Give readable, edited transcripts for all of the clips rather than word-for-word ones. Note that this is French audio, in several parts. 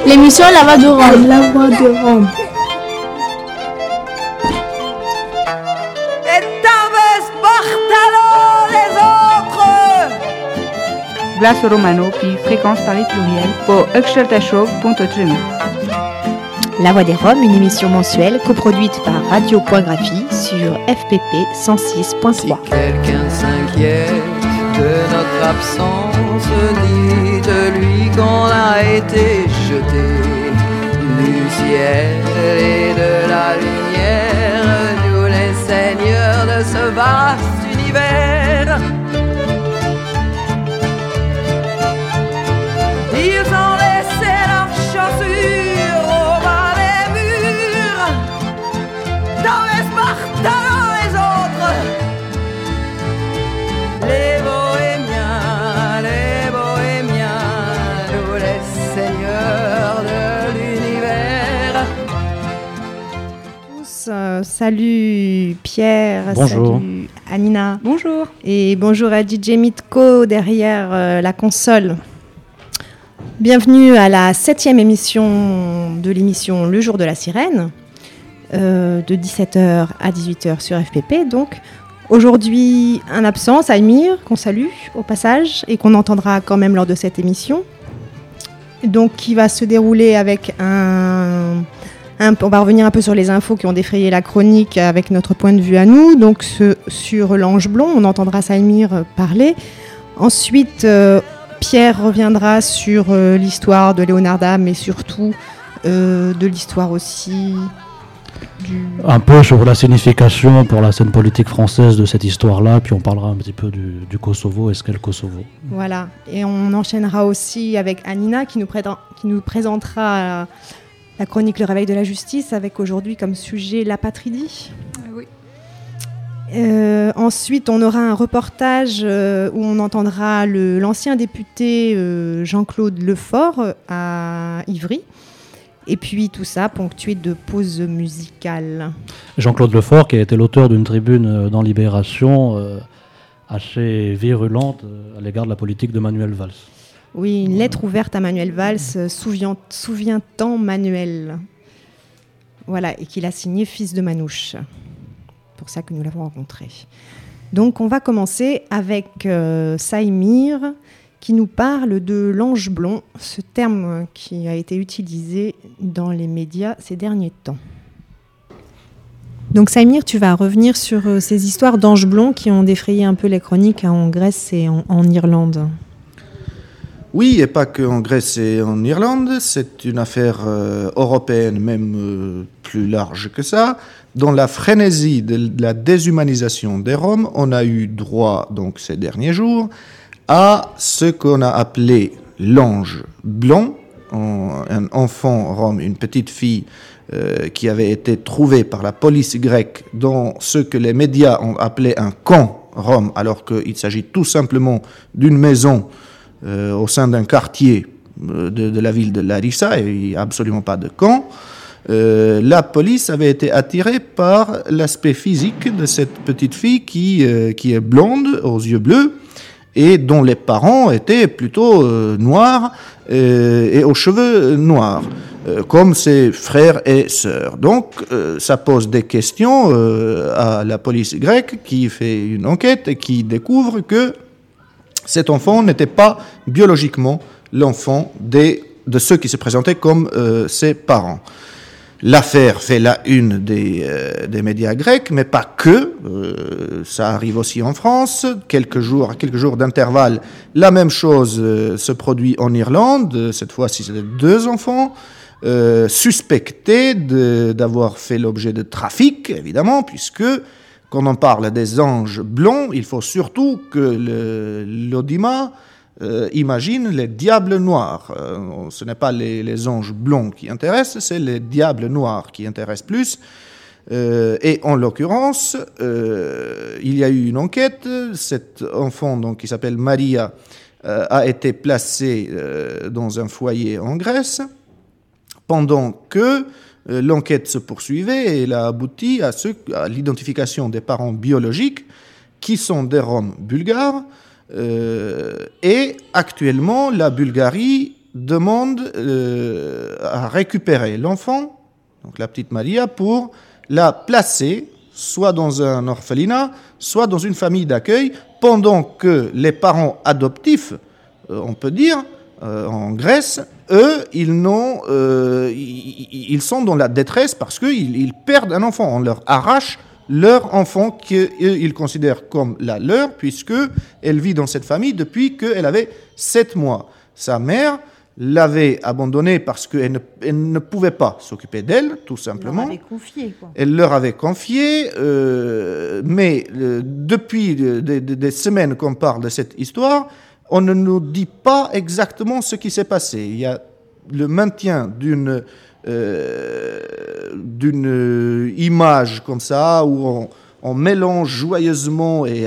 L'émission La Voix de Rome. La Voix de Rome. Vlaso Romano, puis Fréquence Paris Pluriel, pour Öxeltashow.8. La Voix des Roms, une émission mensuelle coproduite par Radio.graphie sur FPP 106.3. Si quelqu'un s'inquiète de notre absence, dites-lui qu'on a été jeté du ciel et de la lumière, nous les seigneurs de ce vaste univers. Ils ont laissé leurs chaussures au bas des murs, dans les Spartans les autres, les bohémiens, nous les seigneurs de l'univers. Salut Pierre, bonjour. Salut Anina. Bonjour. Et bonjour à DJ Mitko derrière la console. Bienvenue à la 7e émission de l'émission Le Jour de la Sirène, de 17h à 18h sur FPP. Donc, aujourd'hui, un absent, Saïmir, qu'on salue au passage et qu'on entendra quand même lors de cette émission. Donc, qui va se dérouler avec on va revenir un peu sur les infos qui ont défrayé la chronique avec notre point de vue à nous. Donc, sur l'Ange Blond, on entendra Saïmir parler. Ensuite, Pierre reviendra sur l'histoire de Leonarda, mais surtout de l'histoire aussi un peu sur la signification pour la scène politique française de cette histoire-là, puis on parlera un petit peu du Kosovo, est-ce qu'est le Kosovo. Voilà, et on enchaînera aussi avec Anina qui nous présentera la chronique Le Réveil de la Justice, avec aujourd'hui comme sujet l'apatridie. Oui. Ensuite, on aura un reportage où on entendra l'ancien député Jean-Claude Lefort à Ivry. Et puis tout ça ponctué de pauses musicales. Jean-Claude Lefort, qui a été l'auteur d'une tribune dans Libération assez virulente à l'égard de la politique de Manuel Valls. Oui, une lettre ouverte à Manuel Valls, souviens-t'en Manuel. Voilà, et qu'il a signé fils de Manouche. Pour ça que nous l'avons rencontré. Donc on va commencer avec Saïmir qui nous parle de l'ange blond, ce terme qui a été utilisé dans les médias ces derniers temps. Donc Saïmir, tu vas revenir sur ces histoires d'anges blonds qui ont défrayé un peu les chroniques en Grèce et en Irlande. Oui, et pas qu'en Grèce et en Irlande, c'est une affaire européenne, même plus large que ça. Dans la frénésie de la déshumanisation des Roms, on a eu droit, donc ces derniers jours, à ce qu'on a appelé l'ange blond, un enfant rome, une petite fille qui avait été trouvée par la police grecque dans ce que les médias ont appelé un camp rome, alors qu'il s'agit tout simplement d'une maison au sein d'un quartier de la ville de Larissa, et il n'y a absolument pas de camp. La police avait été attirée par l'aspect physique de cette petite fille qui est blonde, aux yeux bleus, et dont les parents étaient plutôt noirs et aux cheveux noirs, comme ses frères et sœurs. Donc, ça pose des questions à la police grecque qui fait une enquête et qui découvre que cet enfant n'était pas biologiquement l'enfant de ceux qui se présentaient comme ses parents. L'affaire fait la une des médias grecs, mais pas que. Ça arrive aussi en France. À quelques jours d'intervalle, la même chose se produit en Irlande. Cette fois-ci, c'est 2 enfants suspectés d'avoir fait l'objet de trafic, évidemment, puisque quand on parle des anges blonds, il faut surtout que l'audimat imagine les diables noirs. Ce n'est pas les anges blonds qui intéressent, c'est les diables noirs qui intéressent plus. Et en l'occurrence, il y a eu une enquête. Cet enfant, donc, qui s'appelle Maria, a été placé dans un foyer en Grèce, pendant que l'enquête se poursuivait et elle a abouti à l'identification des parents biologiques qui sont des Roms bulgares. Et actuellement, la Bulgarie demande à récupérer l'enfant, donc la petite Maria, pour la placer soit dans un orphelinat, soit dans une famille d'accueil, pendant que les parents adoptifs, on peut dire, en Grèce, eux, ils sont dans la détresse parce qu'ils perdent un enfant. On leur arrache leur enfant qu'ils considèrent comme la leur, puisqu'elle vit dans cette famille depuis qu'elle avait 7 mois. Sa mère l'avait abandonnée parce qu'elle ne pouvait pas s'occuper d'elle, tout simplement. Elle leur avait confié, mais depuis des semaines qu'on parle de cette histoire, on ne nous dit pas exactement ce qui s'est passé. Il y a le maintien d'une image comme ça, où on mélange joyeusement et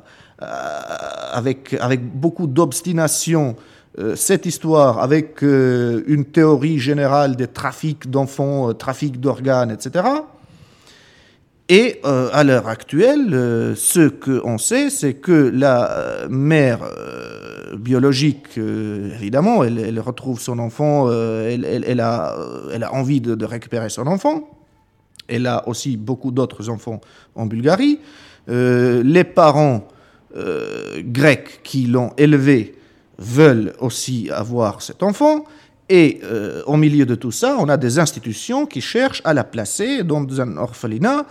avec beaucoup d'obstination cette histoire avec une théorie générale des trafics d'enfants, trafic d'organes, etc. Et à l'heure actuelle, ce qu'on sait, c'est que la mère biologique, évidemment, elle retrouve son enfant, elle a envie de récupérer son enfant. Elle a aussi beaucoup d'autres enfants en Bulgarie. Les parents grecs qui l'ont élevé veulent aussi avoir cet enfant. Et au milieu de tout ça, on a des institutions qui cherchent à la placer dans un orphelinat.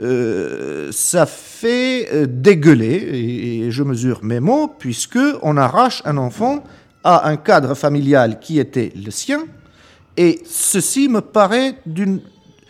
Ça fait dégueuler, et je mesure mes mots, puisqu'on arrache un enfant à un cadre familial qui était le sien. Et ceci me paraît d'une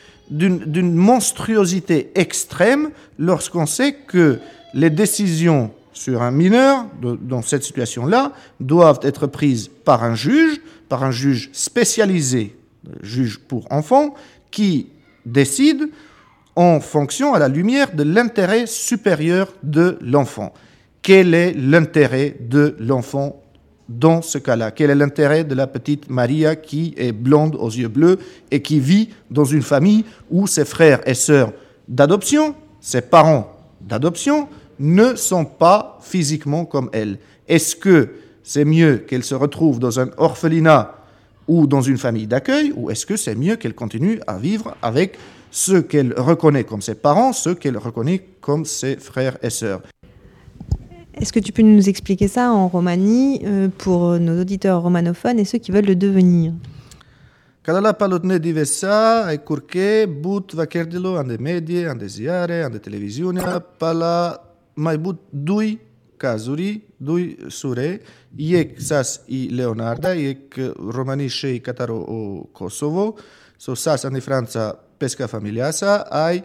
monstruosité extrême lorsqu'on sait que les décisions sur un mineur, dans cette situation-là, doivent être prises par un juge spécialisé, juge pour enfants, qui décide en fonction à la lumière de l'intérêt supérieur de l'enfant. Quel est l'intérêt de l'enfant dans ce cas-là? Quel est l'intérêt de la petite Maria qui est blonde aux yeux bleus et qui vit dans une famille où ses frères et sœurs d'adoption, ses parents d'adoption, ne sont pas physiquement comme elle? Est-ce que c'est mieux qu'elle se retrouve dans un orphelinat ou dans une famille d'accueil, ou est-ce que c'est mieux qu'elle continue à vivre avec ceux qu'elle reconnaît comme ses parents, ceux qu'elle reconnaît comme ses frères et sœurs? Est-ce que tu peux nous expliquer ça en Roumanie pour nos auditeurs romanophones et ceux qui veulent le devenir? Kada palotne divesa ai curche but va kerdilo ande medie, ande ziare, ande televiziunea pala mai but dui cazuri, dui sure, iec sas i Leonarda, iec romanisce i Cataro o Kosovo, so sas ande Franța pesca familiasa, ai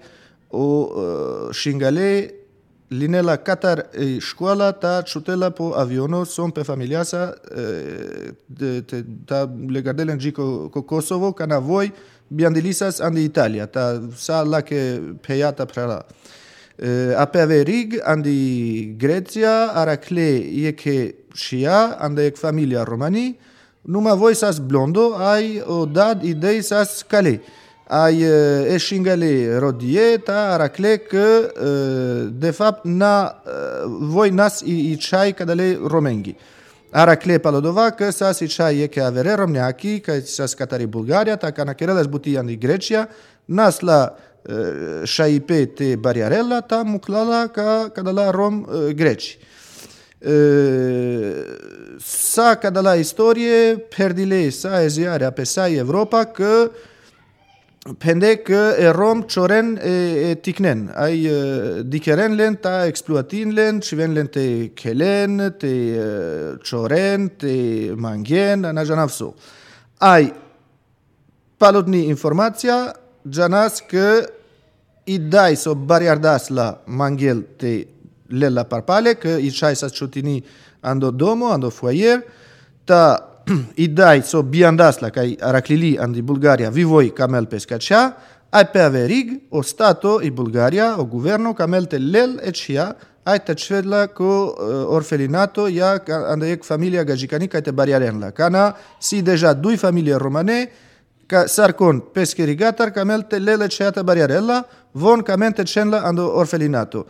o Shingale linela Qatar e școala ta ciutela po aviono son pe familiasa ta legardele în co Kosovo kana voi biandilisas ande Italia ta sa la che peiata prala ape averig andi Grecia Aracle e che Shia ande familia Romani numa voi sas blondo ai o dad idei sas cale ai eșingale rodieta aracle că de fapt voi nas i chai cadale romenghi aracle palodova că sas i chai e că avere romneaki că sas catari Bulgaria ta kana kerela zbuti andi Grecia nas la shaipe te bariarella ta muklala ca cadala rom greci sa cadala istorie perdile sa eziarea pe sa Europa că pende că erom choren e tiknen ai dikeren len ta exploatin len chiven len te kelen te choren te mangen na janavso ai palotni informația janas că i dai so bariardas la mangel te lela parpale că i chai sa chutini ando domo ando foyer ta i dai so biandas la kai araklili andi Bulgaria vivoi camel pescacea ai pe averig o stato i Bulgaria o governo camel te lel et cia ai te cvedla co orfelinato ia ande ec familia gajicani kai te bariaren la cana si deja dui familie romane ca sarcon pescerigatar camel te lel et cia te bariarella von camente cenla ando orfelinato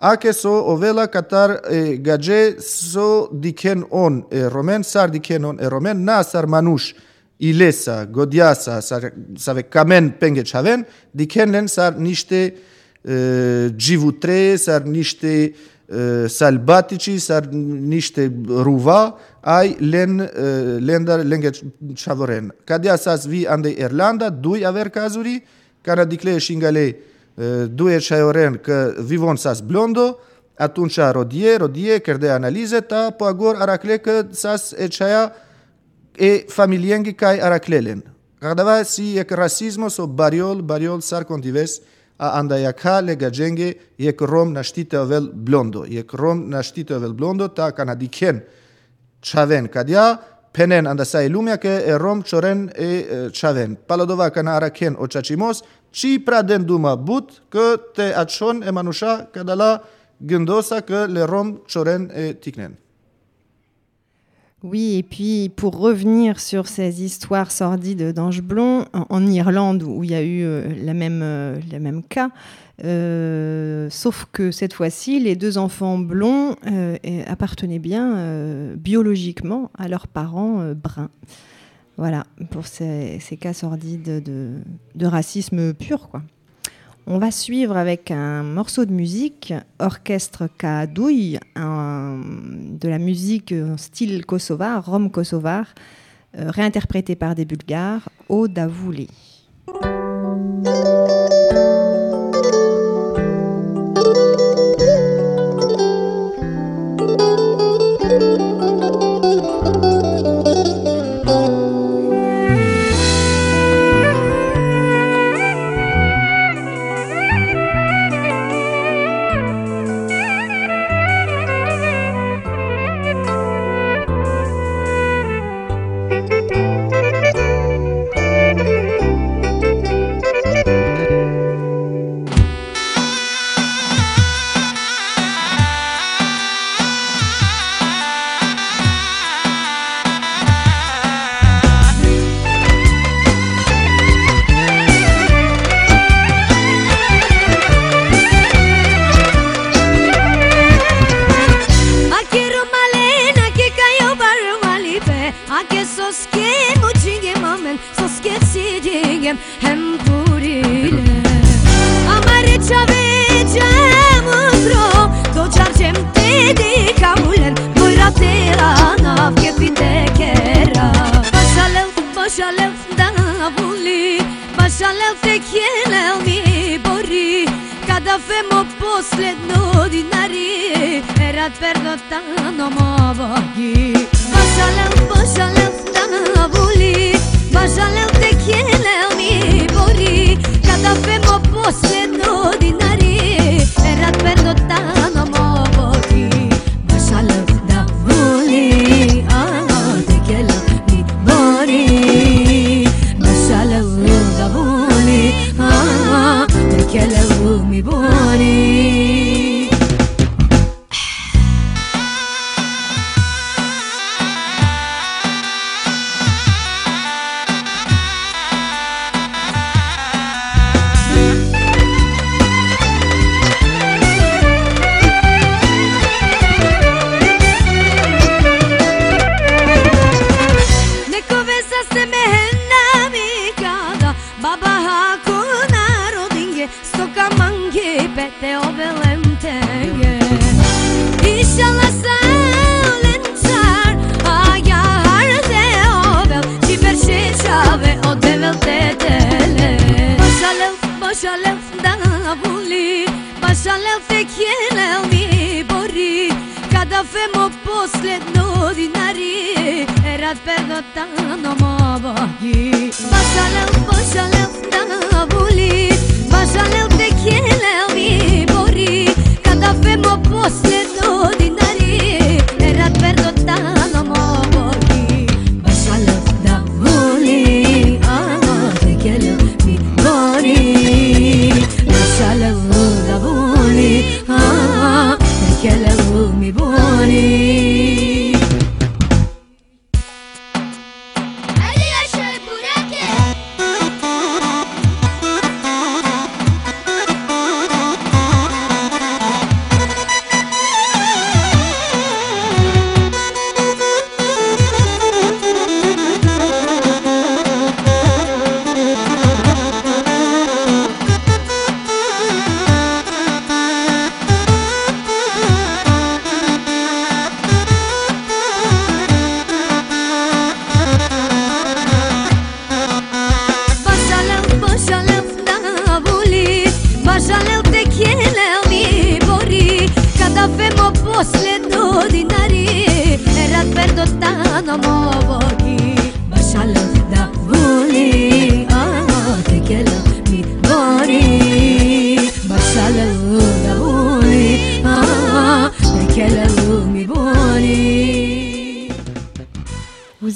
Ake so ovela katar gaje so diken on romen sar diken on romen na sar manush ilesa godiasa save kamen penge chaven diken len sar nishte givutre sar nishte salbatici sar nishte ruva ai lendar lenge chavoren kadia sas vi ande Irlanda dui aver cazuri cara dicle shingale due chaioren că vivon sas blondo atunci rodie cerde analize ta po agor aracle că sas e chaia e familiengi kai araclelen cadava si e racismo so bariol sar contives a andaiaca legagenge e rom naștite ovel blondo e rom naștite ovel blondo ta canadiken chaven cadia penen andasai lumea că e rom choren e chaven palodova cana araken o chachimos ci praden duma but că te achon e manusha cadala gândosa că le rom choren e tiknen. Oui, et puis pour revenir sur ces histoires sordides d'Ange Blond, en Irlande où il y a eu le même cas, sauf que cette fois-ci, les deux enfants blonds appartenaient bien biologiquement à leurs parents bruns. Voilà, pour ces cas sordides de racisme pur, quoi. On va suivre avec un morceau de musique, Orchestre Kadouille, de la musique en style kosovar, rom kosovar, réinterprété par des Bulgares, au Davouli.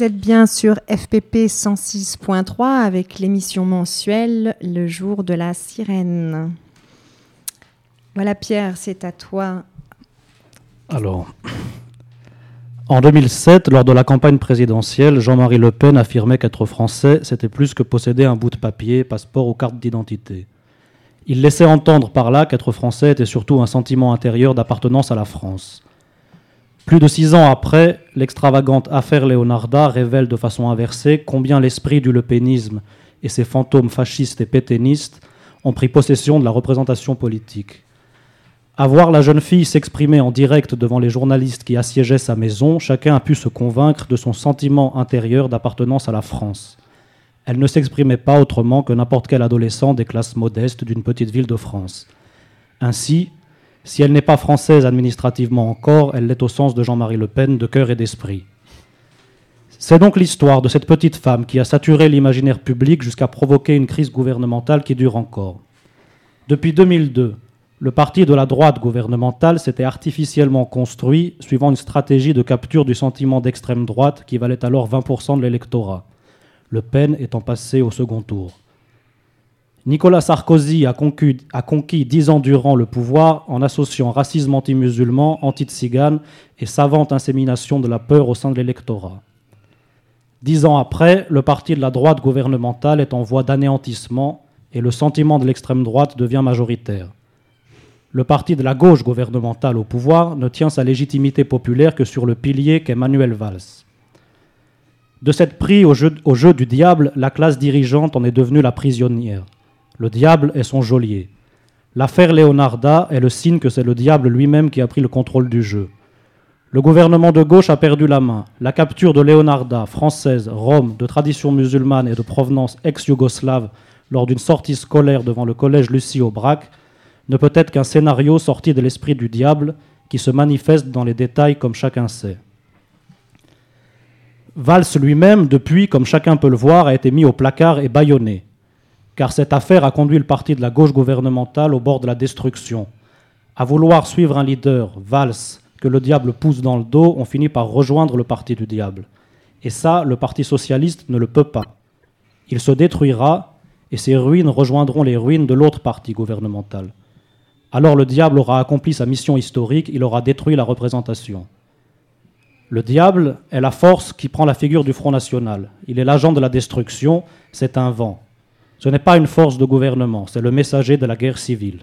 êtes bien sur FPP 106.3 avec l'émission mensuelle Le jour de la sirène. Voilà Pierre, c'est à toi. Alors, en 2007, lors de la campagne présidentielle, Jean-Marie Le Pen affirmait qu'être français, c'était plus que posséder un bout de papier, passeport ou carte d'identité. Il laissait entendre par là qu'être français était surtout un sentiment intérieur d'appartenance à la France. Plus de 6 ans après, l'extravagante affaire Leonarda révèle de façon inversée combien l'esprit du lepénisme et ses fantômes fascistes et pétainistes ont pris possession de la représentation politique. À voir la jeune fille s'exprimer en direct devant les journalistes qui assiégeaient sa maison, chacun a pu se convaincre de son sentiment intérieur d'appartenance à la France. Elle ne s'exprimait pas autrement que n'importe quel adolescent des classes modestes d'une petite ville de France. Ainsi, si elle n'est pas française administrativement encore, elle l'est au sens de Jean-Marie Le Pen de cœur et d'esprit. C'est donc l'histoire de cette petite femme qui a saturé l'imaginaire public jusqu'à provoquer une crise gouvernementale qui dure encore. Depuis 2002, le parti de la droite gouvernementale s'était artificiellement construit suivant une stratégie de capture du sentiment d'extrême droite qui valait alors 20% de l'électorat, Le Pen étant passé au second tour. Nicolas Sarkozy a conquis 10 ans durant le pouvoir en associant racisme anti-musulman, anti-tzigane et savante insémination de la peur au sein de l'électorat. 10 ans après, le parti de la droite gouvernementale est en voie d'anéantissement et le sentiment de l'extrême droite devient majoritaire. Le parti de la gauche gouvernementale au pouvoir ne tient sa légitimité populaire que sur le pilier qu'est Manuel Valls. De cette prise au jeu du diable, la classe dirigeante en est devenue la prisonnière. Le diable est son geôlier. L'affaire Leonarda est le signe que c'est le diable lui-même qui a pris le contrôle du jeu. Le gouvernement de gauche a perdu la main. La capture de Leonarda, française, rome, de tradition musulmane et de provenance ex-yougoslave lors d'une sortie scolaire devant le collège Lucie Aubrac ne peut être qu'un scénario sorti de l'esprit du diable qui se manifeste dans les détails comme chacun sait. Valls lui-même, depuis, comme chacun peut le voir, a été mis au placard et bâillonné. Car cette affaire a conduit le parti de la gauche gouvernementale au bord de la destruction. À vouloir suivre un leader, Valls, que le diable pousse dans le dos, on finit par rejoindre le parti du diable. Et ça, le Parti socialiste ne le peut pas. Il se détruira, et ses ruines rejoindront les ruines de l'autre parti gouvernemental. Alors le diable aura accompli sa mission historique, il aura détruit la représentation. Le diable est la force qui prend la figure du Front National. Il est l'agent de la destruction, c'est un vent. Ce n'est pas une force de gouvernement, c'est le messager de la guerre civile.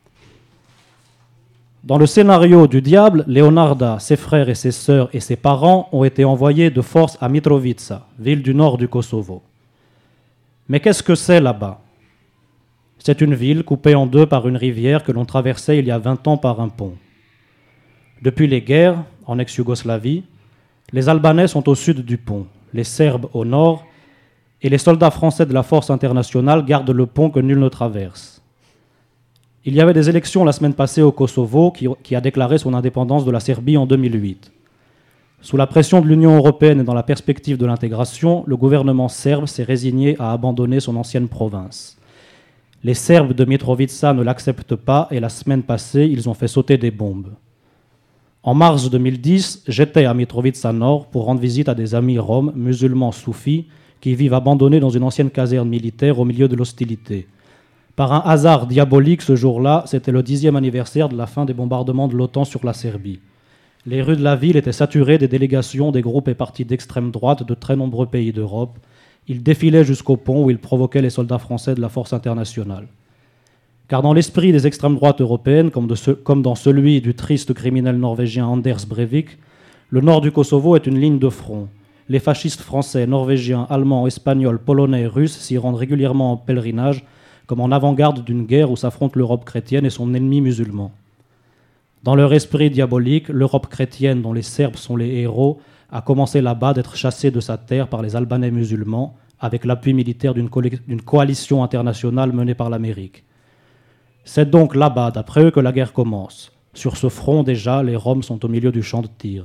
Dans le scénario du diable, Leonarda, ses frères et ses sœurs et ses parents ont été envoyés de force à Mitrovica, ville du nord du Kosovo. Mais qu'est-ce que c'est là-bas ? C'est une ville coupée en deux par une rivière que l'on traversait il y a 20 ans par un pont. Depuis les guerres, en ex-Yougoslavie, les Albanais sont au sud du pont, les Serbes au nord, et les soldats français de la force internationale gardent le pont que nul ne traverse. Il y avait des élections la semaine passée au Kosovo qui a déclaré son indépendance de la Serbie en 2008. Sous la pression de l'Union européenne et dans la perspective de l'intégration, le gouvernement serbe s'est résigné à abandonner son ancienne province. Les Serbes de Mitrovica ne l'acceptent pas et la semaine passée, ils ont fait sauter des bombes. En mars 2010, j'étais à Mitrovica Nord pour rendre visite à des amis roms, musulmans soufis, qui vivent abandonnés dans une ancienne caserne militaire au milieu de l'hostilité. Par un hasard diabolique, ce jour-là, c'était le 10e anniversaire de la fin des bombardements de l'OTAN sur la Serbie. Les rues de la ville étaient saturées des délégations des groupes et partis d'extrême droite de très nombreux pays d'Europe. Ils défilaient jusqu'au pont où ils provoquaient les soldats français de la force internationale. Car dans l'esprit des extrêmes droites européennes, comme dans celui du triste criminel norvégien Anders Breivik, le nord du Kosovo est une ligne de front. Les fascistes français, norvégiens, allemands, espagnols, polonais et russes s'y rendent régulièrement en pèlerinage, comme en avant-garde d'une guerre où s'affrontent l'Europe chrétienne et son ennemi musulman. Dans leur esprit diabolique, l'Europe chrétienne, dont les Serbes sont les héros, a commencé là-bas d'être chassée de sa terre par les Albanais musulmans, avec l'appui militaire d'une coalition internationale menée par l'Amérique. C'est donc là-bas, d'après eux, que la guerre commence. Sur ce front, déjà, les Roms sont au milieu du champ de tir.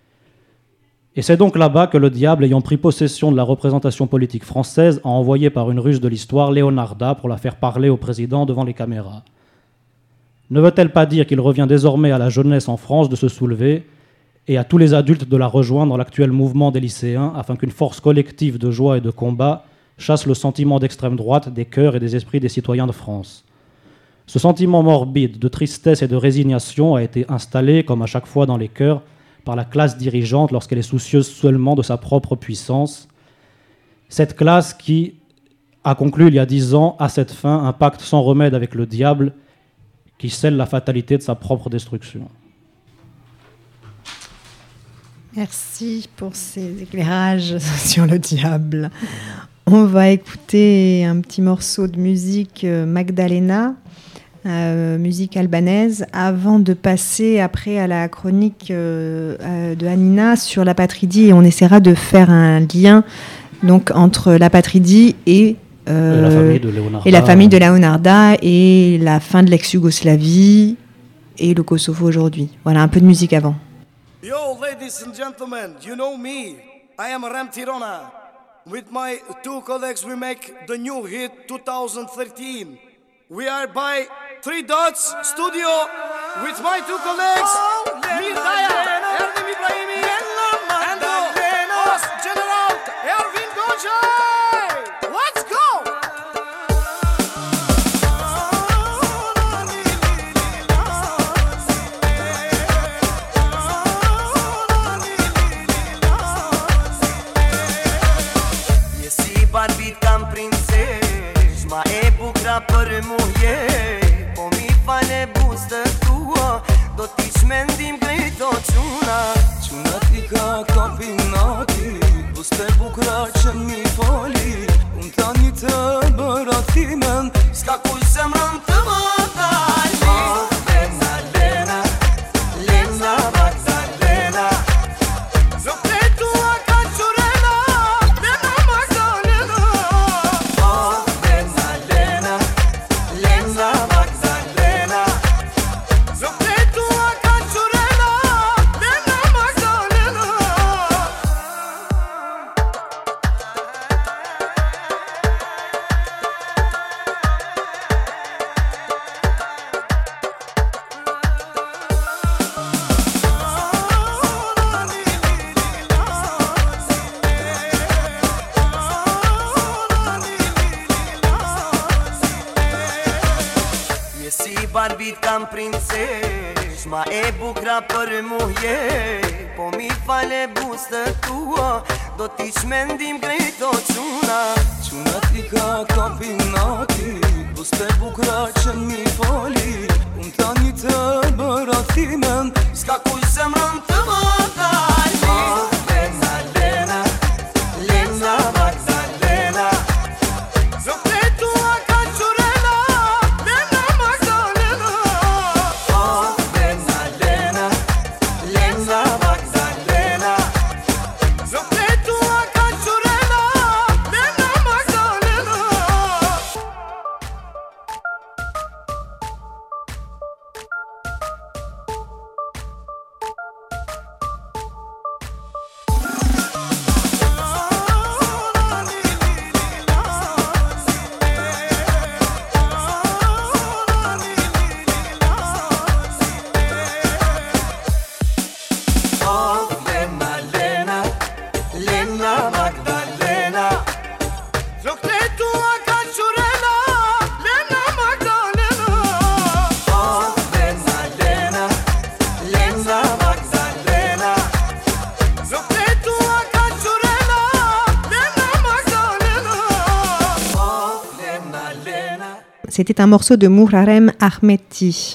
Et c'est donc là-bas que le diable, ayant pris possession de la représentation politique française, a envoyé par une ruse de l'histoire Leonarda pour la faire parler au président devant les caméras. Ne veut-elle pas dire qu'il revient désormais à la jeunesse en France de se soulever et à tous les adultes de la rejoindre dans l'actuel mouvement des lycéens afin qu'une force collective de joie et de combat chasse le sentiment d'extrême droite des cœurs et des esprits des citoyens de France. Ce sentiment morbide de tristesse et de résignation a été installé, comme à chaque fois dans les cœurs, par la classe dirigeante lorsqu'elle est soucieuse seulement de sa propre puissance. Cette classe qui a conclu il y a 10 ans, à cette fin, un pacte sans remède avec le diable qui scelle la fatalité de sa propre destruction. Merci pour ces éclairages sur le diable. On va écouter un petit morceau de musique Magdalena, musique albanaise, avant de passer après à la chronique de Hanina sur la Patridie. Et on essaiera de faire un lien donc, entre la Patridie et la famille de Leonarda et la fin de l'ex-Yougoslavie et le Kosovo aujourd'hui. Voilà, un peu de musique avant. Yo, ladies and gentlemen, you know me. I am Ram Tirona. With my two colleagues, we make the new hit 2013. We are by 3 Dots Studio with my two colleagues, Mir Daya, Erdim Ibrahimi, and the host General Ervin Gojay. Let's go! Barbit kam princesh, ma e bukra për muje. Po mi fale buzë tua, do t'i shmendim grejto quna. Quna ti ka kapinati, buste bukra që mi fali. Unë tani të bëratimen, s'ka kuj zemrën të më tali. Lena, Lena, Lena, Magdalena. Zokre tua ka qurena, Lena Magdalena. Lena, Lena, Lena Magdalena. Zokre tua ka qurena, Lena Magdalena. Si barbit kam princesh, ma e bukra për muje. Po mi fale buzë tua, do t'i shmendim grejto quna. Quna ti ka kapinati, buste bukra që mi fali. Unë tani të bëratimen, s'ka kuj zemrën të më tali. Lena, Lena, Lena Magdalena. Zokre tua ka qurena, Lena Magdalena. Lena, Lena, Lena Magdalena. Zokre tua ka qurena, Lena Magdalena. Lena, Lena, Lena Magdalena. Zokre tua ka qurena, Lena Magdalena. Lena, Lena, Lena Magdalena. Zokre tua ka qurena, Lena Magdalena. Lena, Lena. C'était un morceau de Muharrem Ahmeti.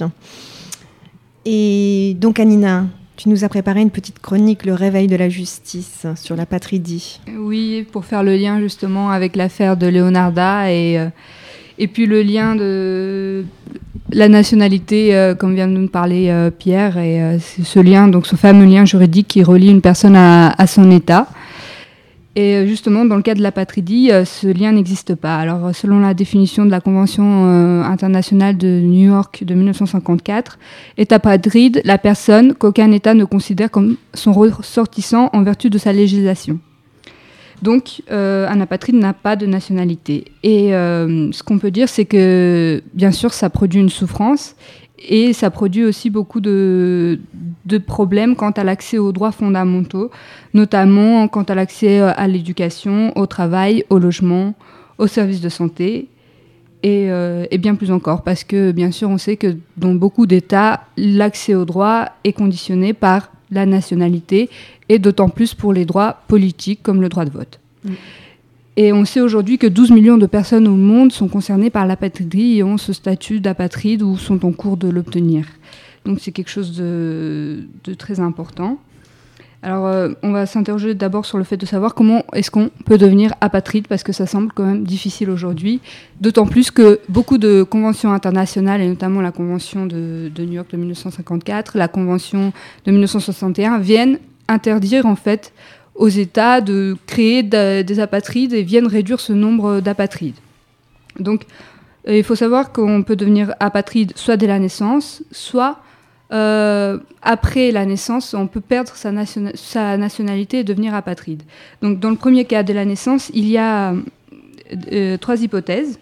Et donc, Hanina, tu nous as préparé une petite chronique, Le réveil de la justice, sur la Patridie. Oui, pour faire le lien justement avec l'affaire de Leonarda et puis le lien de la nationalité, comme vient de nous parler Pierre, et c'est ce lien, donc ce fameux lien juridique qui relie une personne à son État. Et justement, dans le cas de la Patridie, ce lien n'existe pas. Alors, selon la définition de la Convention internationale de New York de 1954, est apatride la personne qu'aucun État ne considère comme son ressortissant en vertu de sa législation. Donc, un apatride n'a pas de nationalité. Et ce qu'on peut dire, c'est que, bien sûr, ça produit une souffrance Et ça produit aussi beaucoup de problèmes quant à l'accès aux droits fondamentaux, notamment quant à l'accès à l'éducation, au travail, au logement, aux services de santé et bien plus encore. Parce que, bien sûr, on sait que dans beaucoup d'États, l'accès aux droits est conditionné par la nationalité et d'autant plus pour les droits politiques comme le droit de vote. Et on sait aujourd'hui que 12 millions de personnes au monde sont concernées par l'apatridie et ont ce statut d'apatride ou sont en cours de l'obtenir. Donc c'est quelque chose de très important. Alors on va s'interroger d'abord sur le fait de savoir comment est-ce qu'on peut devenir apatride, parce que ça semble quand même difficile aujourd'hui, d'autant plus que beaucoup de conventions internationales, et notamment la Convention de New York de 1954, la Convention de 1961, viennent interdire en fait aux États de créer des apatrides et viennent réduire ce nombre d'apatrides. Donc, il faut savoir qu'on peut devenir apatride soit dès la naissance, soit après la naissance, on peut perdre sa nationalité et devenir apatride. Donc, dans le premier cas, dès la naissance, il y a 3 hypothèses.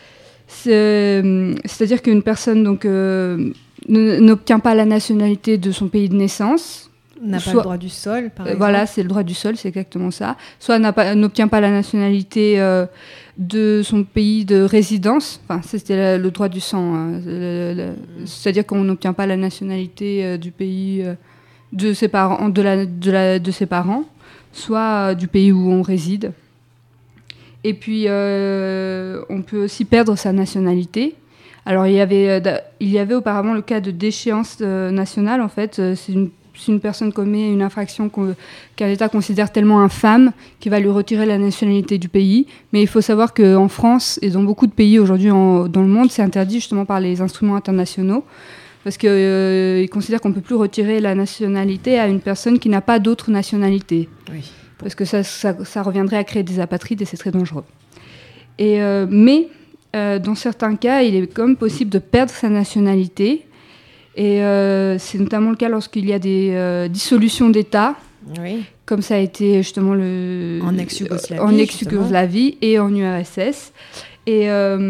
C'est-à-dire qu'une personne donc, n'obtient pas la nationalité de son pays de naissance, n'a pas le droit du sol, par exemple. Voilà, c'est le droit du sol, c'est exactement ça. Soit n'obtient pas la nationalité de son pays de résidence. Enfin, c'était le droit du sang. Hein. C'est-à-dire qu'on n'obtient pas la nationalité du pays de ses parents, de ses parents, soit du pays où on réside. Et puis, on peut aussi perdre sa nationalité. Alors, il y avait auparavant le cas de déchéance nationale. En fait, si une personne commet une infraction qu'un État considère tellement infâme qu'il va lui retirer la nationalité du pays. Mais il faut savoir qu'en France et dans beaucoup de pays aujourd'hui dans le monde, c'est interdit justement par les instruments internationaux parce qu'ils considèrent qu'on ne peut plus retirer la nationalité à une personne qui n'a pas d'autre nationalité. Oui. Parce que ça reviendrait à créer des apatrides et c'est très dangereux. Mais dans certains cas, il est quand même possible de perdre sa nationalité. Et c'est notamment le cas lorsqu'il y a des dissolutions d'États, oui, comme ça a été justement en ex-Yougoslavie et en URSS. Et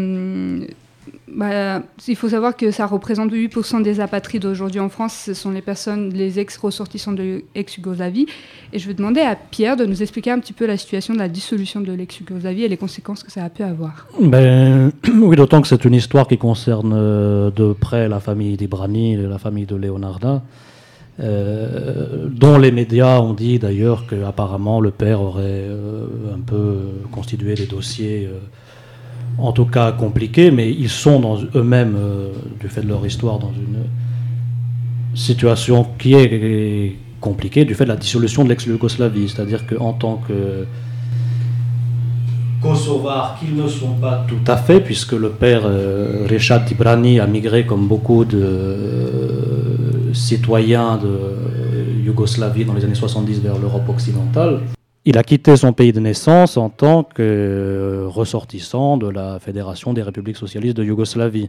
il faut savoir que ça représente 8% des apatrides aujourd'hui en France. Ce sont les ex-ressortissants de l'ex-Yougoslavie. Et je vais demander à Pierre de nous expliquer un petit peu la situation de la dissolution de l'ex-Yougoslavie et les conséquences que ça a pu avoir. Oui, d'autant que c'est une histoire qui concerne de près la famille d'Ibrani et la famille de Leonarda, dont les médias ont dit d'ailleurs qu'apparemment le père aurait un peu constitué des dossiers en tout cas compliqués, mais ils sont eux-mêmes, du fait de leur histoire, dans une situation qui est compliquée du fait de la dissolution de l'ex-Yougoslavie. C'est-à-dire qu'en tant que Kosovars, qu'ils ne sont pas tout à fait, puisque le père Reshad Ibrani a migré comme beaucoup de citoyens de Yougoslavie dans les années 70 vers l'Europe occidentale. Il a quitté son pays de naissance en tant que ressortissant de la Fédération des républiques socialistes de Yougoslavie.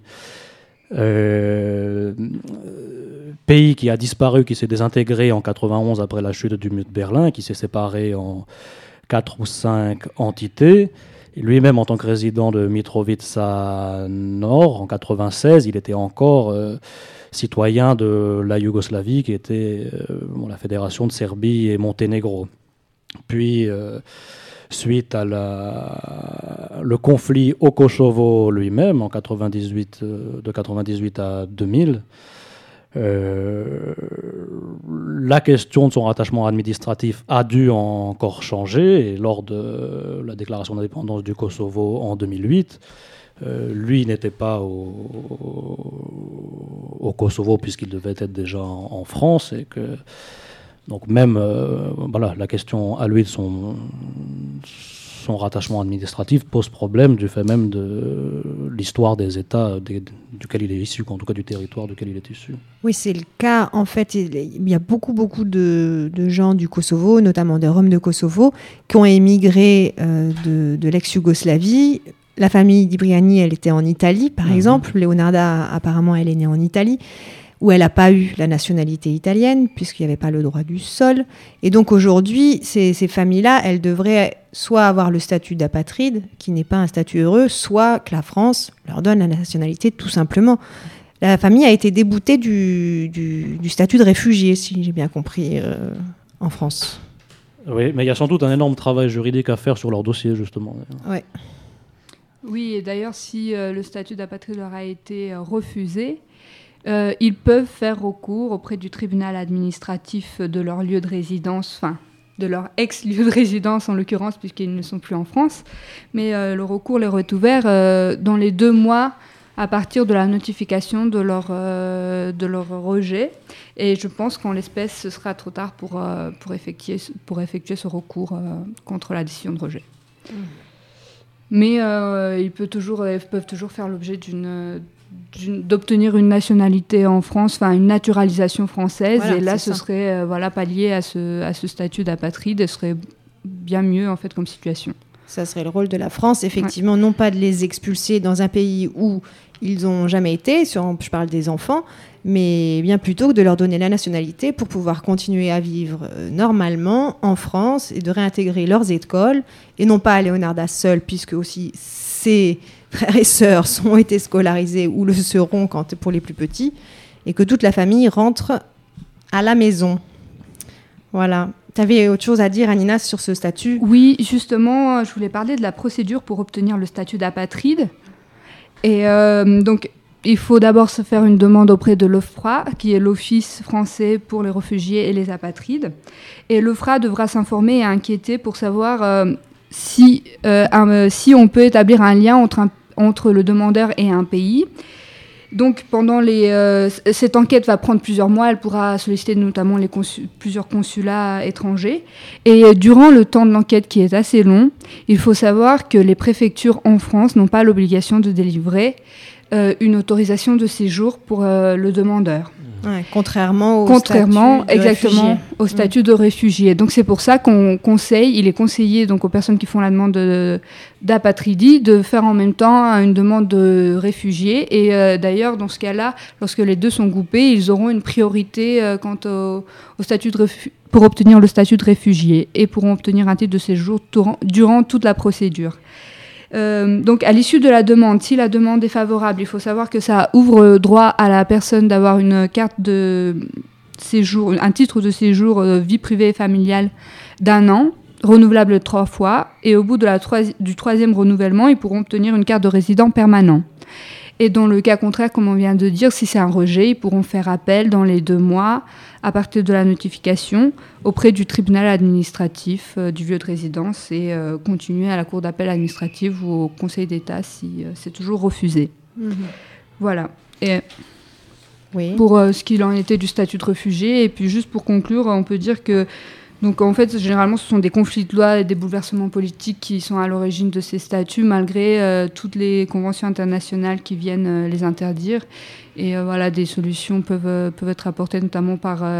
Pays qui a disparu, qui s'est désintégré en 91 après la chute du mur de Berlin, qui s'est séparé en 4 ou 5 entités. Et lui-même, en tant que résident de Mitrovica Nord, en 96, il était encore citoyen de la Yougoslavie, qui était la Fédération de Serbie et Monténégro. Puis, suite à le conflit au Kosovo lui-même, en 98, de 98 à 2000, la question de son rattachement administratif a dû encore changer. Et lors de la déclaration d'indépendance du Kosovo en 2008, lui n'était pas au Kosovo puisqu'il devait être déjà en France et que... Donc même, la question à lui de son rattachement administratif pose problème du fait même de l'histoire des États duquel il est issu, en tout cas du territoire duquel il est issu. Oui, c'est le cas. En fait, il y a beaucoup de gens du Kosovo, notamment des Roms de Kosovo, qui ont émigré de l'ex-Yougoslavie. La famille d'Ibriani, elle était en Italie, par exemple. Leonarda, apparemment, elle est née en Italie, où elle n'a pas eu la nationalité italienne, puisqu'il n'y avait pas le droit du sol. Et donc aujourd'hui, ces familles-là, elles devraient soit avoir le statut d'apatride, qui n'est pas un statut heureux, soit que la France leur donne la nationalité tout simplement. la famille a été déboutée du statut de réfugié, si j'ai bien compris, en France. Oui, mais il y a sans doute un énorme travail juridique à faire sur leur dossier, justement. Ouais. Oui, et d'ailleurs, si le statut d'apatride leur a été refusé, ils peuvent faire recours auprès du tribunal administratif de leur lieu de résidence, enfin, de leur ex-lieu de résidence en l'occurrence, puisqu'ils ne sont plus en France. Mais le recours leur est ouvert dans les 2 mois à partir de la notification de leur rejet. Et je pense qu'en l'espèce, ce sera trop tard pour effectuer ce recours contre la décision de rejet. Mais ils peuvent toujours faire l'objet d'obtenir une nationalité en France, enfin une naturalisation française. Voilà, et là, ce serait pallié à ce statut d'apatride, et ce serait bien mieux en fait comme situation. Ça serait le rôle de la France, effectivement, non pas de les expulser dans un pays où ils n'ont jamais été, je parle des enfants, mais bien plutôt que de leur donner la nationalité pour pouvoir continuer à vivre normalement en France et de réintégrer leurs écoles, et non pas à Leonarda seule, puisque aussi ses frères et sœurs ont été scolarisés ou le seront pour les plus petits, et que toute la famille rentre à la maison. Voilà. Tu avais autre chose à dire, Anina, sur ce statut ? Oui, justement, je voulais parler de la procédure pour obtenir le statut d'apatride. Et donc, il faut d'abord se faire une demande auprès de l'OFPRA, qui est l'Office français pour les réfugiés et les apatrides. Et l'OFPRA devra s'informer et inquiéter pour savoir si on peut établir un lien entre le demandeur et un pays. Donc, cette enquête va prendre plusieurs mois. Elle pourra solliciter notamment plusieurs consulats étrangers. Et durant le temps de l'enquête, qui est assez long, il faut savoir que les préfectures en France n'ont pas l'obligation de délivrer une autorisation de séjour pour le demandeur. Ouais, contrairement au statut de réfugié. Donc c'est pour ça il est conseillé donc aux personnes qui font la demande d'apatridie de faire en même temps une demande de réfugié. Et d'ailleurs, dans ce cas-là, lorsque les deux sont groupés, ils auront une priorité quant au statut pour obtenir le statut de réfugié et pourront obtenir un titre de séjour durant toute la procédure. Donc à l'issue de la demande, si la demande est favorable, il faut savoir que ça ouvre droit à la personne d'avoir une carte de séjour, un titre de séjour vie privée et familiale d'1 an, renouvelable 3 fois, et au bout du 3e renouvellement, ils pourront obtenir une carte de résident permanent. Et dans le cas contraire, comme on vient de dire, si c'est un rejet, ils pourront faire appel dans les 2 mois à partir de la notification auprès du tribunal administratif du lieu de résidence et continuer à la cour d'appel administrative ou au Conseil d'État si c'est toujours refusé. Mmh. Voilà. Et pour ce qu'il en était du statut de réfugié. Et puis juste pour conclure, on peut dire que donc en fait, généralement, ce sont des conflits de loi et des bouleversements politiques qui sont à l'origine de ces statuts, malgré toutes les conventions internationales qui viennent les interdire. Et des solutions peuvent être apportées notamment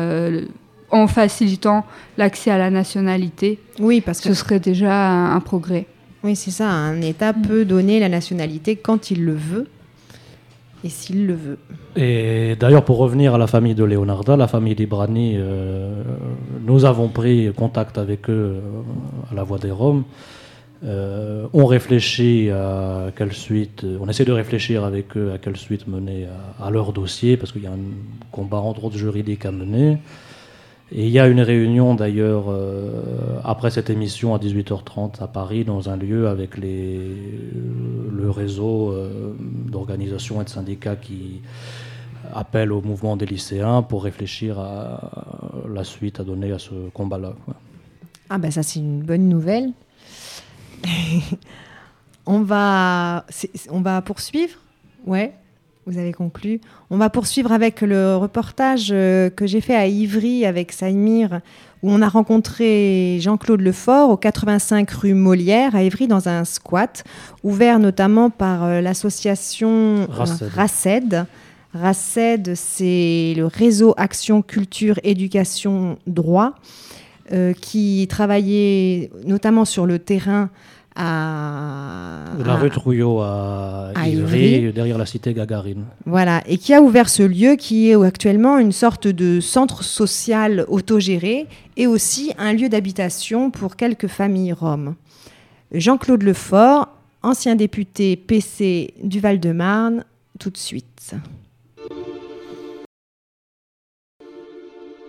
en facilitant l'accès à la nationalité. Oui, parce que ce serait déjà un progrès. Oui, c'est ça. Un État peut donner la nationalité quand il le veut. Et s'il le veut. Et d'ailleurs, pour revenir à la famille de Leonarda, la famille Librani, nous avons pris contact avec eux à la Voix des Roms. On réfléchit à quelle suite, on essaie de réfléchir avec eux à quelle suite mener à leur dossier, parce qu'il y a un combat entre autres juridique à mener. Et il y a une réunion d'ailleurs après cette émission à 18h30 à Paris dans un lieu avec le réseau d'organisations et de syndicats qui appellent au mouvement des lycéens pour réfléchir à la suite à donner à ce combat-là. Ah ben ça c'est une bonne nouvelle. On va poursuivre. Ouais. Vous avez conclu. On va poursuivre avec le reportage que j'ai fait à Ivry avec Saïmir, où on a rencontré Jean-Claude Lefort au 85 rue Molière à Ivry dans un squat, ouvert notamment par l'association RACED. RACED, c'est le réseau Action, Culture, Éducation, Droit, qui travaillait notamment sur le terrain la rue Trouillot à Ivry, derrière la cité Gagarine. Voilà, et qui a ouvert ce lieu qui est actuellement une sorte de centre social autogéré et aussi un lieu d'habitation pour quelques familles roms. Jean-Claude Lefort, ancien député PC du Val-de-Marne, tout de suite.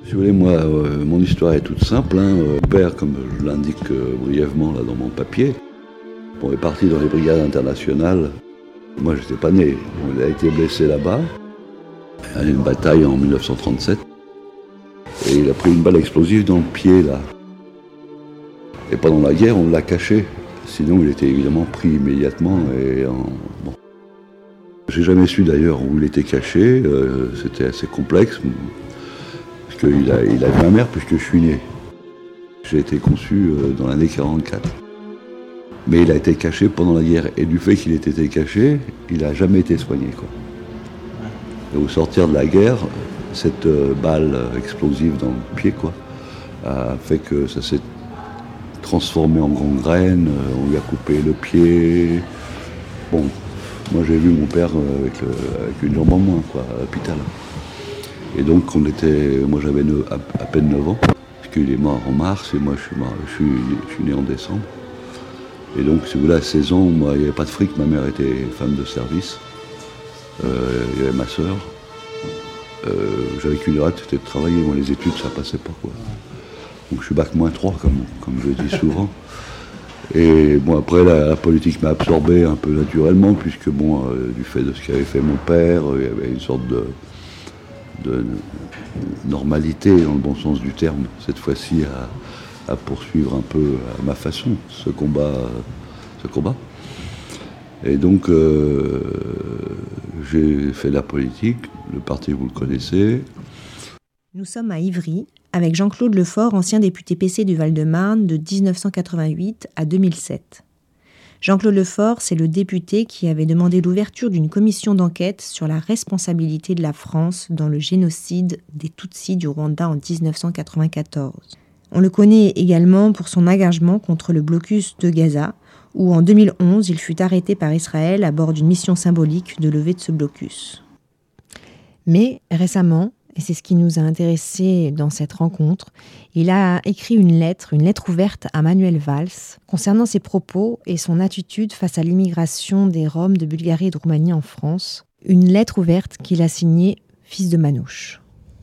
Si vous voulez, moi, mon histoire est toute simple. Mon père, comme je l'indique brièvement là, dans mon papier, est parti dans les brigades internationales. Moi, je n'étais pas né. Il a été blessé là-bas. Il y a eu une bataille en 1937. Et il a pris une balle explosive dans le pied, là. Et pendant la guerre, on l'a caché. Sinon, il était évidemment pris immédiatement. Bon. J'ai jamais su d'ailleurs où il était caché. C'était assez complexe. Parce qu'il a vu ma mère puisque je suis né. J'ai été conçu dans l'année 1944. Mais il a été caché pendant la guerre. Et du fait qu'il ait été caché, il n'a jamais été soigné, quoi. Et au sortir de la guerre, cette balle explosive dans le pied, quoi, a fait que ça s'est transformé en gangrène. On lui a coupé le pied. Bon, moi j'ai vu mon père avec une jambe en moins, quoi, à l'hôpital. Et donc moi j'avais à peine 9 ans, puisqu'il est mort en mars et moi je suis né en décembre. Et donc si vous voulez, à 16 ans, moi il n'y avait pas de fric, ma mère était femme de service. Il y avait ma sœur. J'avais qu'une hâte, c'était de travailler. Moi les études ça passait pas, quoi. Donc je suis bac -3 comme je dis souvent. Et bon, après la politique m'a absorbé un peu naturellement, puisque bon, du fait de ce qu'avait fait mon père, il y avait une sorte de normalité, dans le bon sens du terme, cette fois-ci à poursuivre un peu à ma façon ce combat. Et donc j'ai fait de la politique, le parti vous le connaissez. Nous sommes à Ivry, avec Jean-Claude Lefort, ancien député PC du Val-de-Marne de 1988 à 2007. Jean-Claude Lefort, c'est le député qui avait demandé l'ouverture d'une commission d'enquête sur la responsabilité de la France dans le génocide des Tutsis du Rwanda en 1994. On le connaît également pour son engagement contre le blocus de Gaza, où en 2011, il fut arrêté par Israël à bord d'une mission symbolique de levée de ce blocus. Mais récemment, et c'est ce qui nous a intéressés dans cette rencontre, il a écrit une lettre ouverte à Manuel Valls concernant ses propos et son attitude face à l'immigration des Roms de Bulgarie et de Roumanie en France. Une lettre ouverte qu'il a signée « Fils de Manouche ».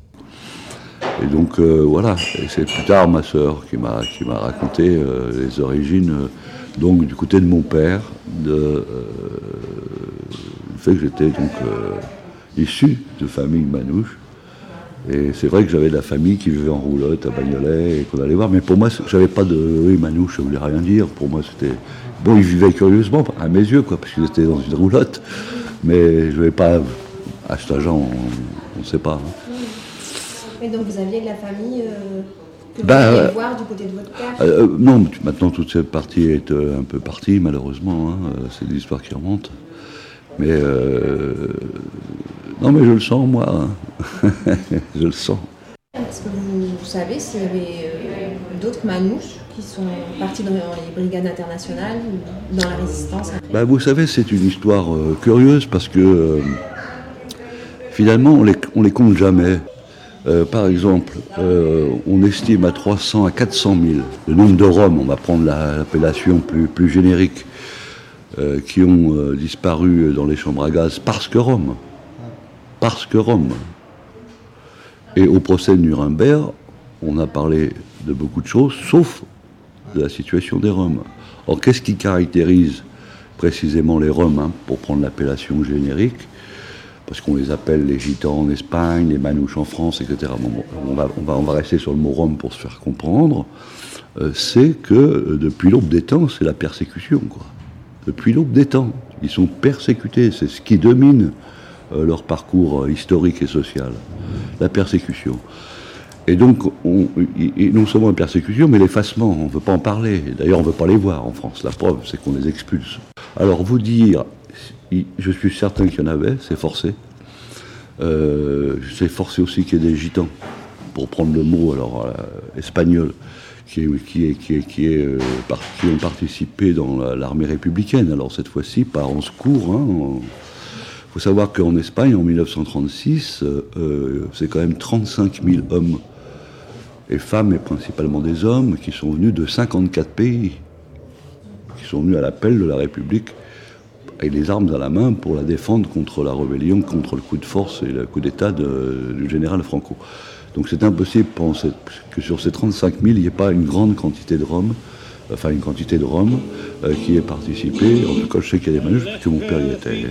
Et donc voilà, et c'est plus tard ma sœur qui m'a raconté les origines, donc du côté de mon père, le fait que j'étais donc issu de famille Manouche. Et c'est vrai que j'avais de la famille qui vivait en roulotte à Bagnolet et qu'on allait voir, mais pour moi, j'avais pas de... Oui, Manouche, ça voulait rien dire. Pour moi, c'était... Bon, ils vivaient curieusement, à mes yeux, quoi, parce qu'ils étaient dans une roulotte. Mais je n'avais pas... À cet âge-là, on ne sait pas. Et donc, vous aviez de la famille que vous alliez voir du côté de votre père Non, maintenant, toute cette partie est un peu partie, malheureusement. C'est des histoires qui remontent. Mais... Non, mais je le sens, moi. Je le sens. Est-ce que vous savez s'il y avait d'autres manouches qui sont partis dans les brigades internationales ou dans la résistance après ? Vous savez, c'est une histoire curieuse parce que finalement, on les compte jamais. Par exemple, on estime à 300 à 400 000 le nombre de Roms, on va prendre l'appellation plus générique, qui ont disparu dans les chambres à gaz parce que Roms. Et au procès de Nuremberg, on a parlé de beaucoup de choses, sauf de la situation des Roms. Or, qu'est-ce qui caractérise précisément les Roms, pour prendre l'appellation générique, parce qu'on les appelle les Gitans en Espagne, les Manouches en France, etc. On va rester sur le mot Rome pour se faire comprendre. C'est que depuis l'aube des temps, c'est la persécution, quoi. Depuis l'aube des temps, ils sont persécutés, c'est ce qui domine leur parcours historique et social, la persécution. Et donc, non seulement la persécution, mais l'effacement, on ne veut pas en parler. D'ailleurs, on ne veut pas les voir en France. La preuve, c'est qu'on les expulse. Alors, vous dire, je suis certain qu'il y en avait, c'est forcé. C'est forcé aussi qu'il y ait des gitans, pour prendre le mot espagnol, qui ont participé dans l'armée républicaine. Alors, cette fois-ci, pas en secours, Il faut savoir qu'en Espagne, en 1936, c'est quand même 35 000 hommes et femmes, et principalement des hommes, qui sont venus de 54 pays, qui sont venus à l'appel de la République, avec les armes à la main pour la défendre contre la rébellion, contre le coup de force et le coup d'État du général Franco. Donc c'est impossible que sur ces 35 000, il n'y ait pas une grande quantité de Roms, qui ait participé. En tout cas, je sais qu'il y a des manifs, parce que mon père y était.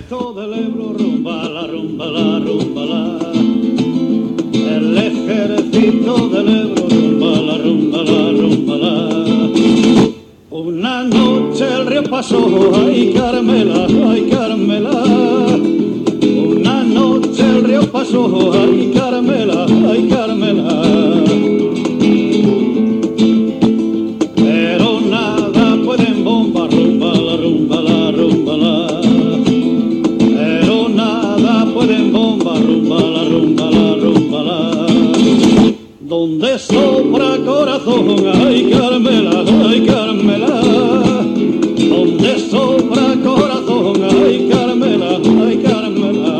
El ejército del Ebro, rumba la, rumba la, rumba la. Una noche el río pasó, ay Carmela, ay Carmela. Una noche el río pasó, ay Carmela, ay Carmela. Pero nada pueden bomba, rumba la, rumba la, rumba la. Pero nada pueden bomba, rumba la, rumba la, rumba la. Donde sopra corazón, ay Carmela, ay Carmela. Donde sopra corazón, ay Carmela, ay Carmela.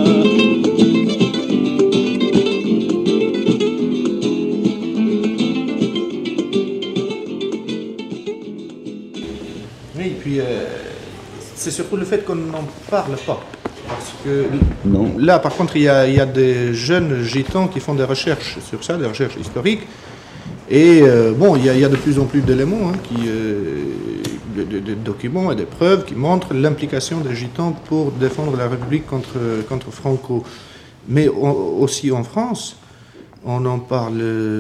Oui, et puis c'est surtout le fait qu'on n'en parle pas. Parce que Non. là, par contre, il y a des jeunes gitans qui font des recherches sur ça, des recherches historiques. Et bon, il y a de plus en plus d'éléments, de documents et des preuves qui montrent l'implication des gitans pour défendre la République contre Franco. Mais aussi en France, on n'en parle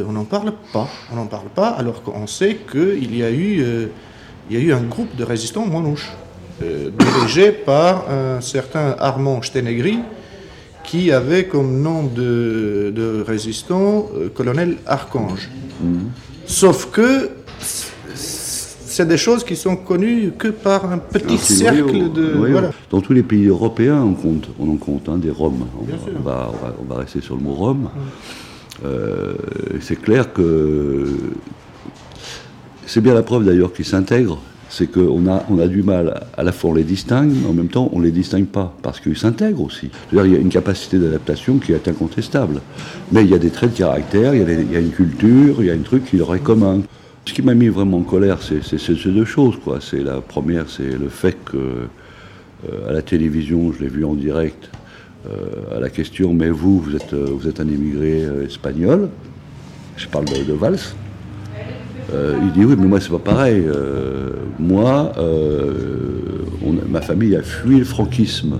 pas, alors qu'on sait qu'il y a eu un groupe de résistants manouches, dirigé par un certain Armand Stenegri, qui avait comme nom de résistant colonel Archange. Sauf que c'est des choses qui sont connues que par un petit cercle de... Voilà. Dans tous les pays européens, on en compte des Roms. On va rester sur le mot Rome. C'est clair que c'est bien la preuve d'ailleurs qu'ils s'intègrent. C'est qu'on a du mal, à la fois on les distingue, mais en même temps on ne les distingue pas, parce qu'ils s'intègrent aussi. C'est-à-dire il y a une capacité d'adaptation qui est incontestable. Mais il y a des traits de caractère, il y a une culture, il y a un truc qui leur est commun. Ce qui m'a mis vraiment en colère, c'est ces deux choses, quoi. La première, c'est le fait que, à la télévision, je l'ai vu en direct, à la question « Mais vous êtes un immigré espagnol ?» Je parle de Valls. Il dit oui, mais moi c'est pas pareil. Ma famille a fui le franquisme.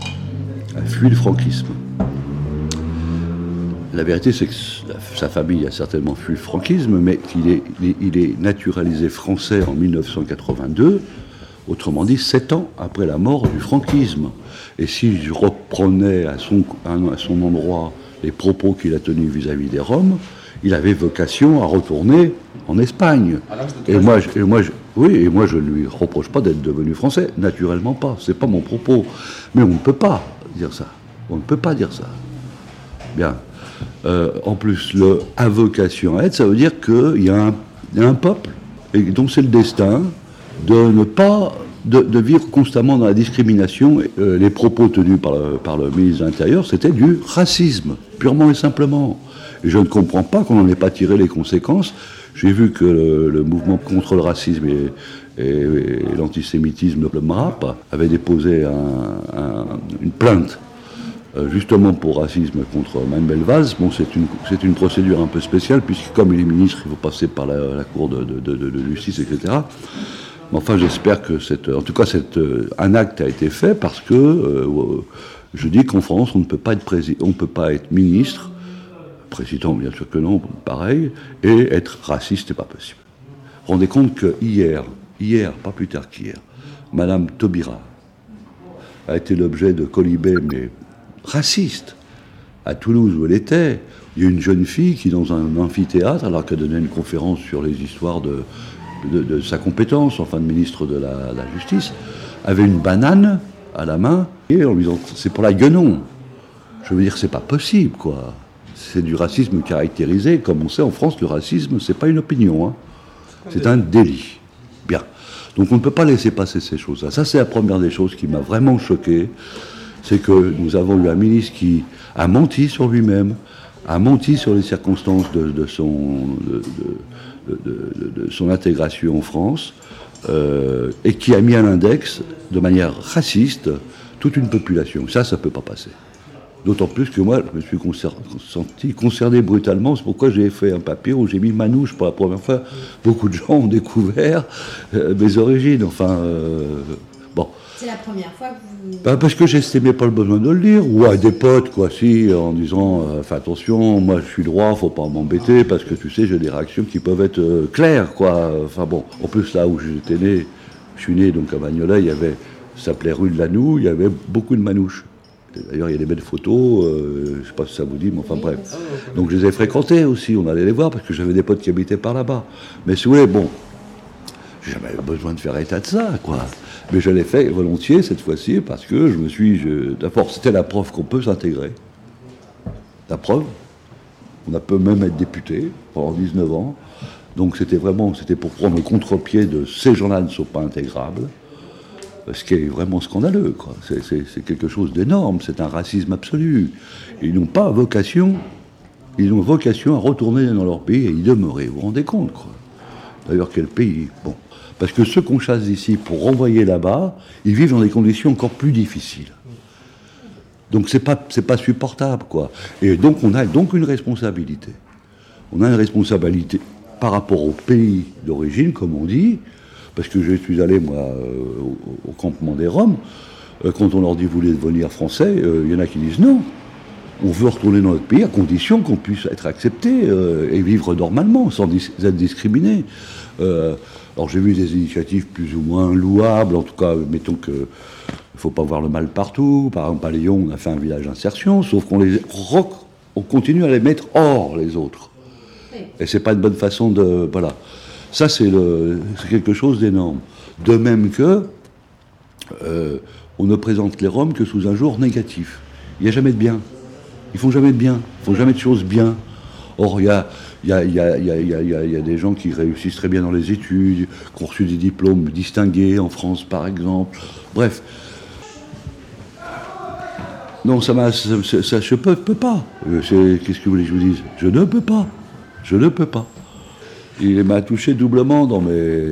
La vérité, c'est que sa famille a certainement fui le franquisme, mais il est naturalisé français en 1982, autrement dit 7 ans après la mort du franquisme. Et si je reprenais à son endroit les propos qu'il a tenus vis-à-vis des Roms, il avait vocation à retourner en Espagne. Et moi, je ne lui reproche pas d'être devenu français, naturellement pas, c'est pas mon propos. Mais on ne peut pas dire ça. Bien. En plus, le à vocation à être, ça veut dire qu'il y a un peuple, et donc c'est le destin de ne pas de vivre constamment dans la discrimination. Les propos tenus par le ministre de l'Intérieur, c'était du racisme, purement et simplement. Et je ne comprends pas qu'on n'en ait pas tiré les conséquences. J'ai vu que le mouvement contre le racisme et l'antisémitisme, le MRAP, avait déposé une plainte justement pour racisme contre Manuel Valls. Bon, c'est une procédure un peu spéciale, puisque comme il est ministre, il faut passer par la Cour de justice, etc. Mais enfin, j'espère que un acte a été fait, parce que je dis qu'en France, on ne peut pas être ministre, président, bien sûr que non, pareil, et être raciste, c'est pas possible. Rendez compte que hier, pas plus tard qu'hier, Madame Taubira a été l'objet de colibés, mais racistes. À Toulouse, où elle était, il y a une jeune fille qui, dans un amphithéâtre, alors qu'elle donnait une conférence sur les histoires de sa compétence, enfin de ministre de la Justice, avait une banane à la main, et en lui disant « c'est pour la guenon ». Je veux dire, c'est pas possible, quoi. C'est du racisme caractérisé. Comme on sait, en France, le racisme, c'est pas une opinion, hein. C'est un délit. Bien. Donc on ne peut pas laisser passer ces choses-là. Ça, c'est la première des choses qui m'a vraiment choqué. C'est que nous avons eu un ministre qui a menti sur lui-même, a menti sur les circonstances de son intégration en France, et qui a mis à l'index, de manière raciste, toute une population. Ça ne peut pas passer. D'autant plus que moi, je me suis senti concerné brutalement. C'est pourquoi j'ai fait un papier où j'ai mis Manouche pour la première fois. Beaucoup de gens ont découvert mes origines. Enfin, bon. C'est la première fois que vous... Parce que j'estimais pas le besoin de le dire. Ou à des potes, quoi, si, en disant fais attention, moi je suis droit, faut pas m'embêter, parce que tu sais, j'ai des réactions qui peuvent être claires, quoi. Enfin bon. En plus, là où j'étais né, je suis né donc à Bagnolet, ça s'appelait rue de Lannou, il y avait beaucoup de manouches. D'ailleurs, il y a des belles photos, je ne sais pas si ça vous dit, mais enfin bref. Donc je les ai fréquentés aussi, on allait les voir, parce que j'avais des potes qui habitaient par là-bas. Mais si vous voulez, bon, j'ai jamais eu besoin de faire état de ça, quoi. Mais je l'ai fait volontiers cette fois-ci, parce que d'abord, c'était la preuve qu'on peut s'intégrer. La preuve. On peut même être député pendant 19 ans. Donc c'était pour prendre le contre-pied de ces gens-là ne sont pas intégrables. Ce qui est vraiment scandaleux, quoi. C'est quelque chose d'énorme, c'est un racisme absolu. Ils n'ont pas vocation, ils ont vocation à retourner dans leur pays et y demeurer, vous vous rendez compte, quoi. D'ailleurs, quel pays? Bon. Parce que ceux qu'on chasse d'ici pour renvoyer là-bas, ils vivent dans des conditions encore plus difficiles. Donc c'est pas supportable, quoi. Et donc on a donc une responsabilité. On a une responsabilité par rapport au pays d'origine, comme on dit. Parce que je suis allé, moi, au campement des Roms. Quand on leur dit, vous voulez devenir français, il y en a qui disent non. On veut retourner dans notre pays à condition qu'on puisse être accepté et vivre normalement, sans être discriminé. Alors j'ai vu des initiatives plus ou moins louables, en tout cas, mettons qu'il ne faut pas voir le mal partout. Par exemple, à Lyon, on a fait un village d'insertion, sauf on continue à les mettre hors les autres. Et c'est pas une bonne façon de... Voilà. Ça, c'est quelque chose d'énorme. De même que on ne présente les Roms que sous un jour négatif. Il n'y a jamais de bien. Ils font jamais de bien. Ils font jamais de choses bien. Or, il y a des gens qui réussissent très bien dans les études, qui ont reçu des diplômes distingués en France, par exemple. Bref. Non, je peux pas. Qu'est-ce que vous voulez que je vous dise? Je ne peux pas. Je ne peux pas. Il m'a touché doublement dans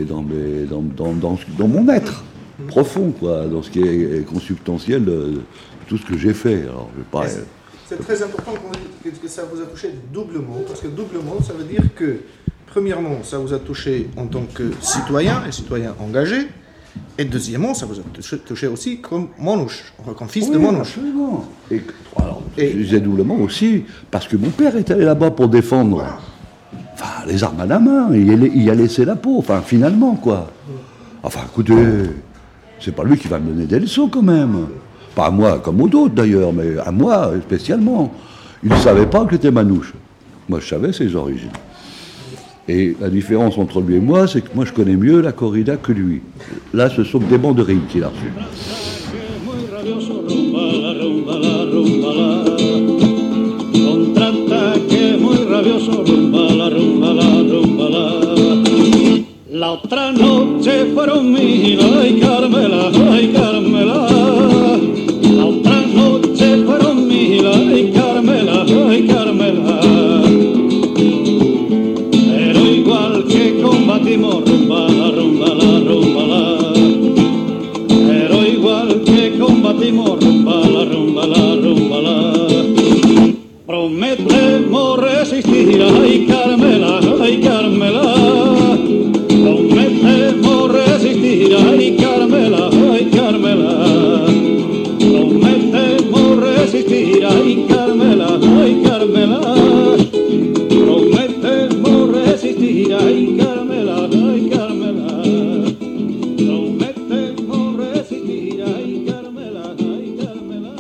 mon être profond, quoi, dans ce qui est consubstantiel de tout ce que j'ai fait. Alors, je vais pas... C'est très important que ça vous a touché doublement, parce que doublement, ça veut dire que, premièrement, ça vous a touché en tant que citoyen, et citoyen engagé, et deuxièmement, ça vous a touché aussi comme Manouche, comme fils de Manouche. Absolument. Et je disais doublement aussi, parce que mon père est allé là-bas pour défendre... Enfin, les armes à la main, il a laissé la peau, enfin, finalement, quoi. Enfin, écoutez, c'est pas lui qui va me donner des leçons, quand même. Pas à moi, comme aux autres, d'ailleurs, mais à moi, spécialement. Il ne savait pas que j'étais manouche. Moi, je savais ses origines. Et la différence entre lui et moi, c'est que moi, je connais mieux la corrida que lui. Là, ce sont des banderilles qu'il a reçues. Rabioso, rumbala, rumbala, rumbala. La otra noche fueron mil, ay Carmela, ay Carmela. La otra noche fueron mil, ay Carmela, ay Carmela. Pero igual que combatimos, rumbala, rumbala, rumbala. Pero igual que combatimos, rumbala, rumbala, rumbala. Prometemos resistir, ay Carmela, ay Carmela. Prometemos resistir, ay Carmela, ay Carmela. Prometemos resistir, ay Carmela, ay Carmela. Prometemos resistir, ay Carmela, ay Carmela. Prometemos resistir, ay Carmela, ay Carmela.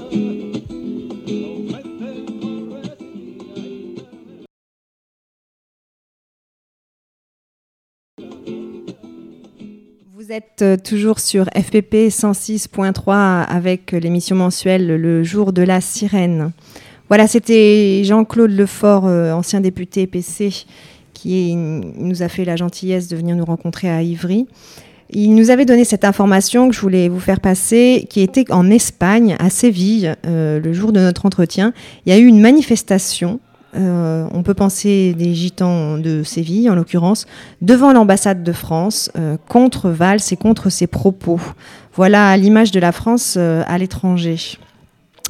Vous êtes toujours sur FPP 106.3 avec l'émission mensuelle Le Jour de la Sirène. Voilà, c'était Jean-Claude Lefort, ancien député PC, qui nous a fait la gentillesse de venir nous rencontrer à Ivry. Il nous avait donné cette information que je voulais vous faire passer, qui était en Espagne, à Séville, le jour de notre entretien. Il y a eu une manifestation. On peut penser des gitans de Séville, en l'occurrence, devant l'ambassade de France, contre Valls et contre ses propos. Voilà l'image de la France à l'étranger.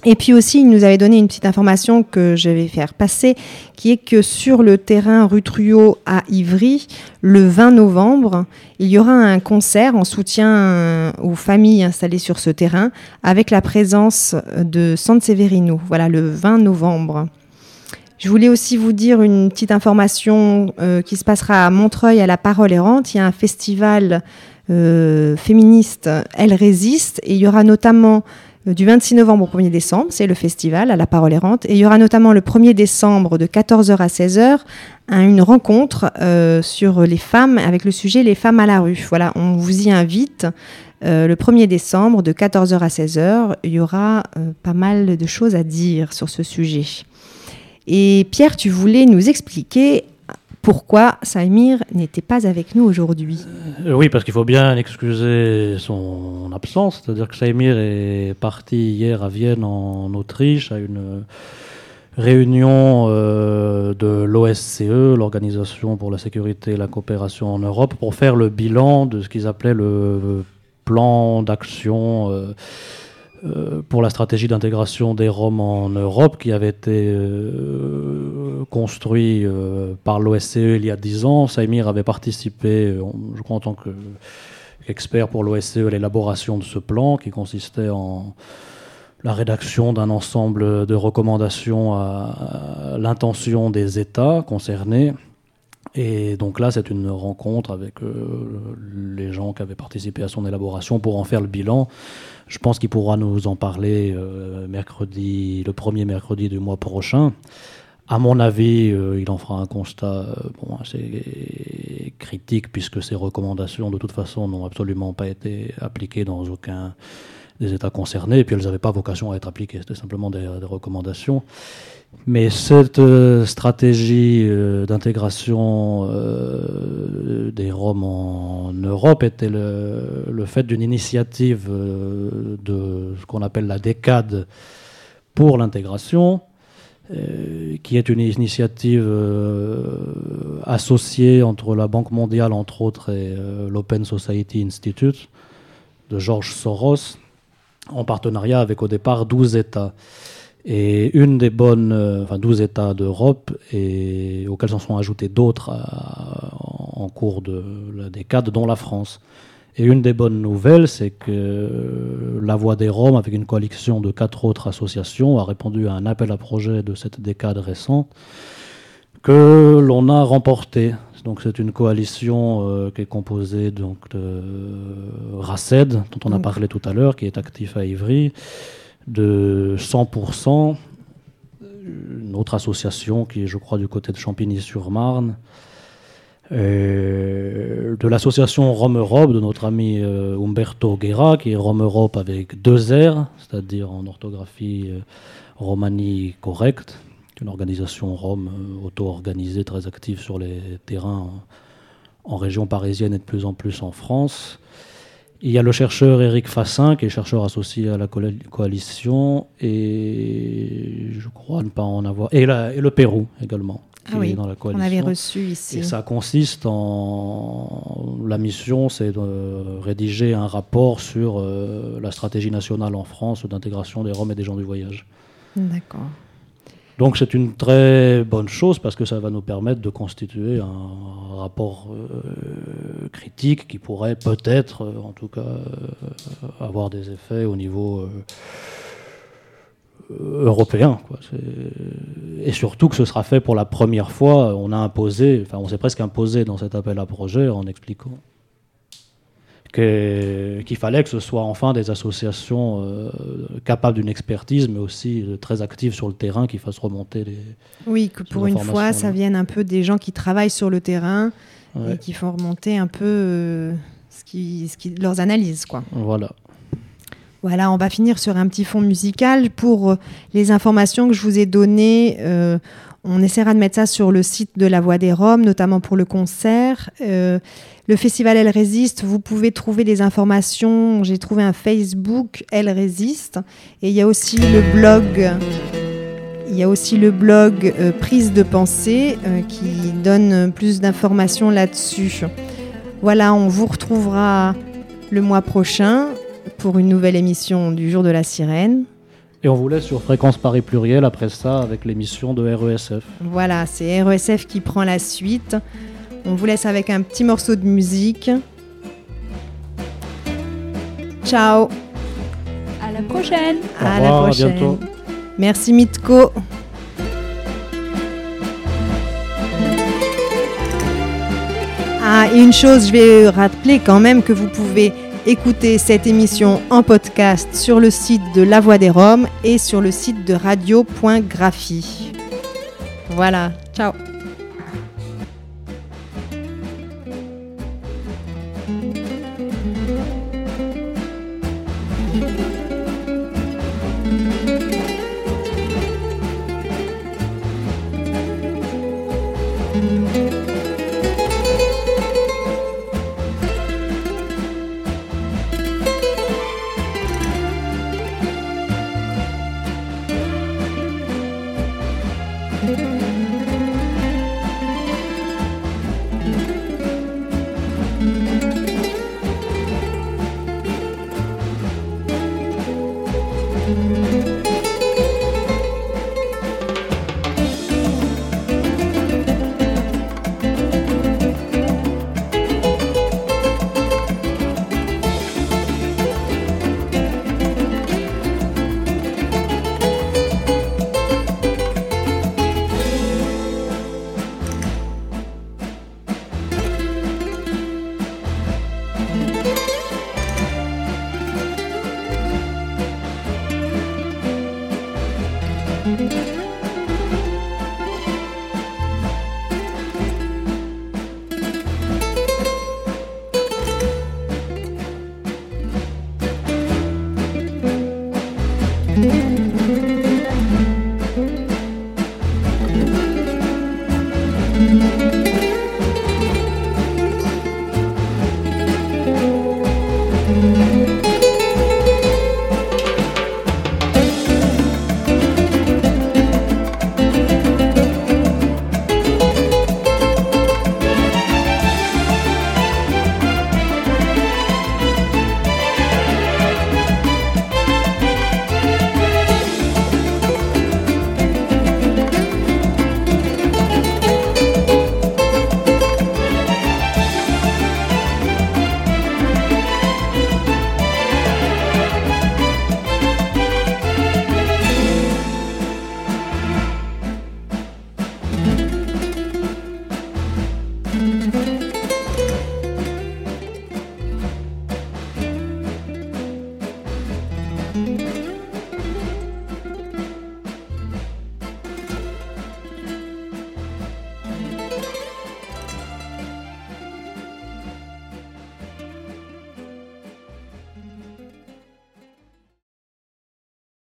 Et puis aussi, il nous avait donné une petite information que je vais faire passer, qui est que sur le terrain rue Truot à Ivry, le 20 novembre, il y aura un concert en soutien aux familles installées sur ce terrain, avec la présence de Sanseverino. Voilà, le 20 novembre. Je voulais aussi vous dire une petite information qui se passera à Montreuil à la Parole Errante. Il y a un festival féministe, Elle Résiste, et il y aura notamment du 26 novembre au 1er décembre, c'est le festival à la Parole Errante, et il y aura notamment le 1er décembre de 14h à 16h une rencontre sur les femmes avec le sujet Les femmes à la rue. Voilà, on vous y invite. Le 1er décembre de 14h à 16h, il y aura pas mal de choses à dire sur ce sujet. Et Pierre, tu voulais nous expliquer pourquoi Saïmir n'était pas avec nous aujourd'hui. Oui, parce qu'il faut bien excuser son absence. C'est-à-dire que Saïmir est parti hier à Vienne, en Autriche, à une réunion de l'OSCE, l'Organisation pour la sécurité et la coopération en Europe, pour faire le bilan de ce qu'ils appelaient le plan d'action pour la stratégie d'intégration des Roms en Europe, qui avait été construit par l'OSCE il y a 10 ans. Saïmir avait participé, je crois en tant qu'expert pour l'OSCE, à l'élaboration de ce plan, qui consistait en la rédaction d'un ensemble de recommandations à l'intention des États concernés. Et donc là, c'est une rencontre avec les gens qui avaient participé à son élaboration pour en faire le bilan. Je pense qu'il pourra nous en parler le premier mercredi du mois prochain. À mon avis, il en fera un constat assez critique, puisque ces recommandations, de toute façon, n'ont absolument pas été appliquées dans aucun des États concernés, et puis elles n'avaient pas vocation à être appliquées. C'était simplement des recommandations. Mais cette stratégie d'intégration des Roms en Europe était le fait d'une initiative de ce qu'on appelle la décade pour l'intégration, qui est une initiative associée entre la Banque mondiale, entre autres, et l'Open Society Institute de George Soros, en partenariat avec au départ 12 États. Et 12 États d'Europe, et auxquels s'en sont ajoutés d'autres en cours de la décade, dont la France. Et une des bonnes nouvelles, c'est que la Voix des Roms, avec une coalition de 4 autres associations, a répondu à un appel à projet de cette décade récente que l'on a remporté. Donc c'est une coalition qui est composée donc, de RACED, dont on a parlé tout à l'heure, qui est actif à Ivry, de 100%, une autre association qui est, je crois, du côté de Champigny-sur-Marne, de l'association Rome Europe de notre ami Umberto Guerra, qui est Rome Europe avec 2 R, c'est-à-dire en orthographie romani correcte, une organisation rome auto-organisée, très active sur les terrains en région parisienne et de plus en plus en France. Il y a le chercheur Éric Fassin, qui est chercheur associé à la coalition, et je crois ne pas en avoir... Et le Pérou également, qui est dans la coalition. On avait reçu ici. Et ça consiste en... La mission, c'est de rédiger un rapport sur la stratégie nationale en France d'intégration des Roms et des gens du voyage. D'accord. Donc c'est une très bonne chose, parce que ça va nous permettre de constituer un rapport critique qui pourrait peut-être, en tout cas, avoir des effets au niveau européen, quoi. Et surtout que ce sera fait pour la première fois. On s'est presque imposé dans cet appel à projet en expliquant qu'il fallait que ce soit enfin des associations capables d'une expertise, mais aussi très actives sur le terrain, qui fassent remonter les... Oui, que pour une fois, ça vienne un peu des gens qui travaillent sur le terrain, et qui font remonter un peu leurs analyses, quoi. Voilà, on va finir sur un petit fond musical. Pour les informations que je vous ai données, on essaiera de mettre ça sur le site de la Voix des Roms, notamment pour le concert. Le festival Elle Résiste, vous pouvez trouver des informations. J'ai trouvé un Facebook Elle Résiste, et il y a aussi le blog Prise de pensée qui donne plus d'informations là-dessus. Voilà, on vous retrouvera le mois prochain pour une nouvelle émission du Jour de la Sirène. Et on vous laisse sur Fréquence Paris Pluriel après ça avec l'émission de RESF. Voilà, c'est RESF qui prend la suite. On vous laisse avec un petit morceau de musique. Ciao. À la prochaine. À Au la revoir, à prochaine. bientôt. Merci Mitko. Ah, et une chose, je vais rappeler quand même que vous pouvez écouter cette émission en podcast sur le site de La Voix des Roms et sur le site de radio.graphie. Voilà, ciao. Thank you.